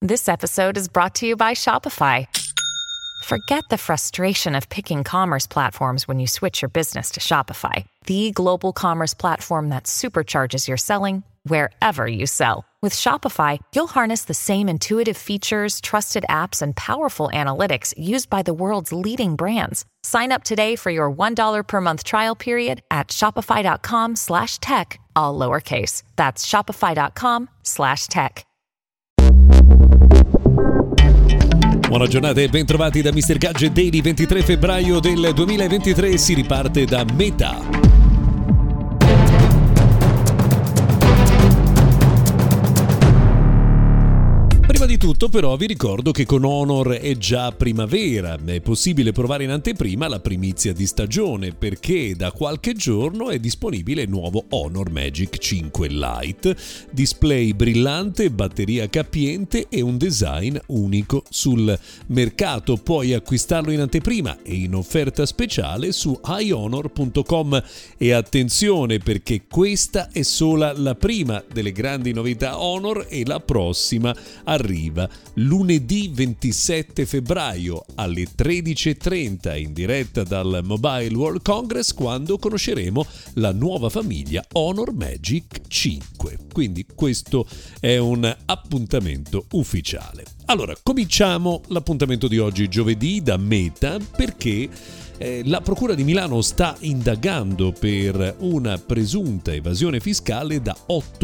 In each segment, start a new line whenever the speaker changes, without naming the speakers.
This episode is brought to you by Shopify. Forget the frustration of picking commerce platforms when you switch your business to Shopify, the global commerce platform that supercharges your selling wherever you sell. With Shopify, you'll harness the same intuitive features, trusted apps, and powerful analytics used by the world's leading brands. Sign up today for your $1 per month trial period at shopify.com/tech, all lowercase. That's shopify.com/tech.
Buona giornata e bentrovati da Mr. Gadget Daily. 23 febbraio del 2023 si riparte da Meta. Prima di tutto però vi ricordo che con Honor è già primavera, è possibile provare in anteprima la primizia di stagione perché da qualche giorno è disponibile il nuovo Honor Magic 5 Lite, display brillante, batteria capiente e un design unico sul mercato. Puoi acquistarlo in anteprima e in offerta speciale su iHonor.com e attenzione perché questa è sola la prima delle grandi novità Honor e la prossima arriva lunedì 27 febbraio alle 13:30 in diretta dal Mobile World Congress, quando conosceremo la nuova famiglia Honor Magic 5. Quindi questo è un appuntamento ufficiale. Allora, cominciamo l'appuntamento di oggi, giovedì, da Meta, perché la Procura di Milano sta indagando per una presunta evasione fiscale da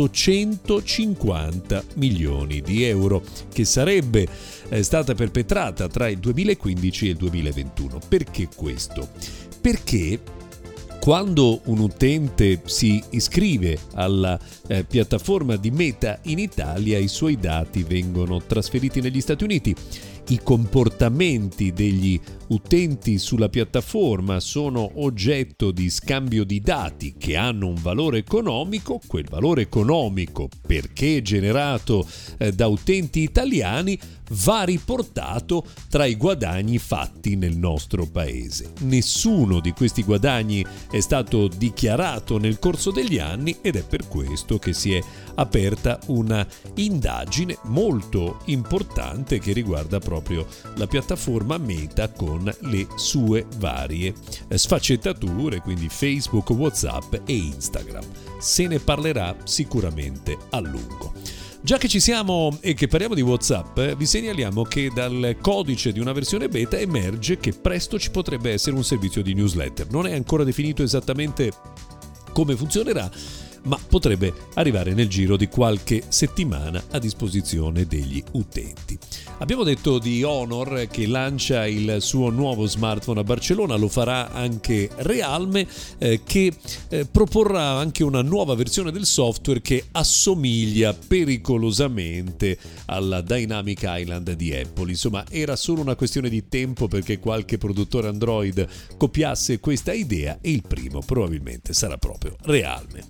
850 milioni di euro che sarebbe stata perpetrata tra il 2015 e il 2021. Perché questo? Perché quando un utente si iscrive alla piattaforma di Meta in Italia, i suoi dati vengono trasferiti negli Stati Uniti. I comportamenti degli utenti sulla piattaforma sono oggetto di scambio di dati che hanno un valore economico. Quel valore economico, perché generato da utenti italiani, va riportato tra i guadagni fatti nel nostro paese. Nessuno di questi guadagni è stato dichiarato nel corso degli anni ed è per questo che si è aperta una indagine molto importante che riguarda proprio la piattaforma Meta con le sue varie sfaccettature, quindi Facebook, WhatsApp e Instagram. Se ne parlerà sicuramente a lungo. Già che ci siamo e che parliamo di WhatsApp, vi segnaliamo che dal codice di una versione beta emerge che presto ci potrebbe essere un servizio di newsletter. Non è ancora definito esattamente come funzionerà, ma potrebbe arrivare nel giro di qualche settimana a disposizione degli utenti. Abbiamo detto di Honor che lancia il suo nuovo smartphone a Barcellona, lo farà anche Realme che proporrà anche una nuova versione del software che assomiglia pericolosamente alla Dynamic Island di Apple. Insomma, era solo una questione di tempo perché qualche produttore Android copiasse questa idea e il primo probabilmente sarà proprio Realme.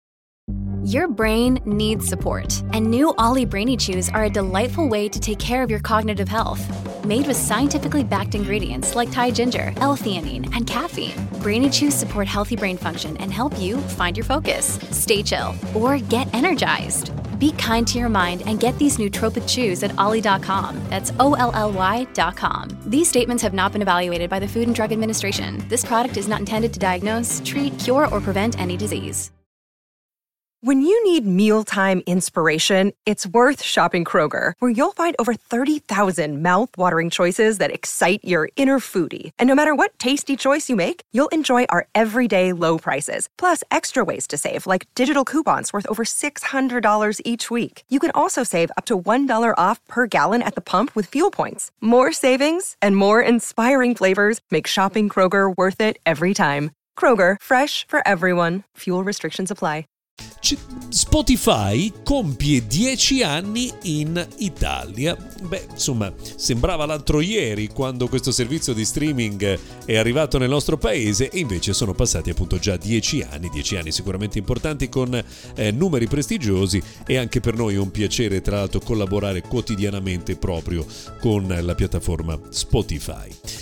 Your brain needs support, and new Ollie Brainy Chews are a delightful way to take care of your cognitive health. Made with scientifically backed ingredients like Thai ginger, L-theanine, and caffeine, Brainy Chews support healthy brain function and help you find your focus, stay chill, or get energized. Be kind to your mind and get these nootropic chews at ollie.com. That's OLLY.com. These statements have not been evaluated by the Food and Drug Administration. This product is not intended to diagnose, treat, cure, or prevent any disease.
When you need mealtime inspiration, it's worth shopping Kroger, where you'll find over 30,000 mouth-watering choices that excite your inner foodie. And no matter what tasty choice you make, you'll enjoy our everyday low prices, plus extra ways to save, like digital coupons worth over $600 each week. You can also save up to $1 off per gallon at the pump with fuel points. More savings and more inspiring flavors make shopping Kroger worth it every time. Kroger, fresh for everyone. Fuel restrictions apply.
Spotify compie 10 anni in Italia. Beh, insomma, sembrava l'altro ieri quando questo servizio di streaming è arrivato nel nostro paese e invece sono passati appunto già 10 anni sicuramente importanti con numeri prestigiosi e anche per noi è un piacere tra l'altro collaborare quotidianamente proprio con la piattaforma Spotify.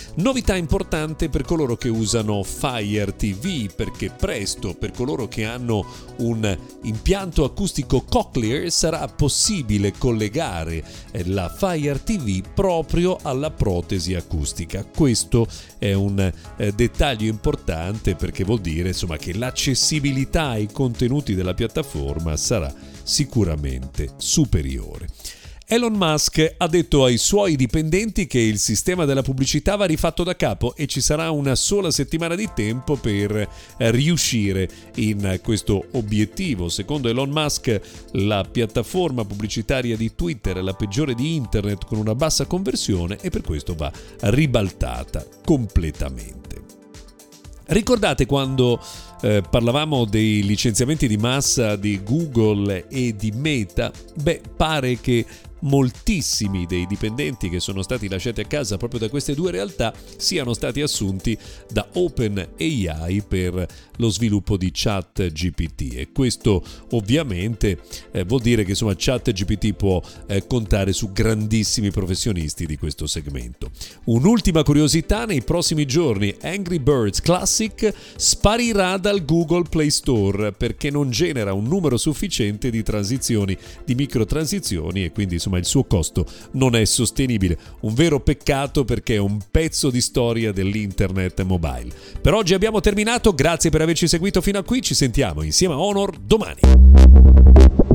Novità importante per coloro che usano Fire TV, perché presto per coloro che hanno un impianto acustico cochlear sarà possibile collegare la Fire TV proprio alla protesi acustica. Questo è un dettaglio importante, perché vuol dire insomma che l'accessibilità ai contenuti della piattaforma sarà sicuramente superiore. Elon Musk ha detto ai suoi dipendenti che il sistema della pubblicità va rifatto da capo e ci sarà una sola settimana di tempo per riuscire in questo obiettivo. Secondo Elon Musk, la piattaforma pubblicitaria di Twitter è la peggiore di internet con una bassa conversione e per questo va ribaltata completamente. Ricordate quando parlavamo dei licenziamenti di massa di Google e di Meta? Pare che moltissimi dei dipendenti che sono stati lasciati a casa proprio da queste due realtà siano stati assunti da OpenAI per lo sviluppo di ChatGPT, e questo ovviamente vuol dire che insomma ChatGPT può contare su grandissimi professionisti di questo segmento. Un'ultima curiosità: nei prossimi giorni Angry Birds Classic sparirà dal Google Play Store perché non genera un numero sufficiente di transizioni, di microtransizioni, e quindi insomma il suo costo non è sostenibile. Un vero peccato, perché è un pezzo di storia dell'internet mobile. Per oggi abbiamo terminato, grazie per averci seguito fino a qui, ci sentiamo insieme a Honor domani.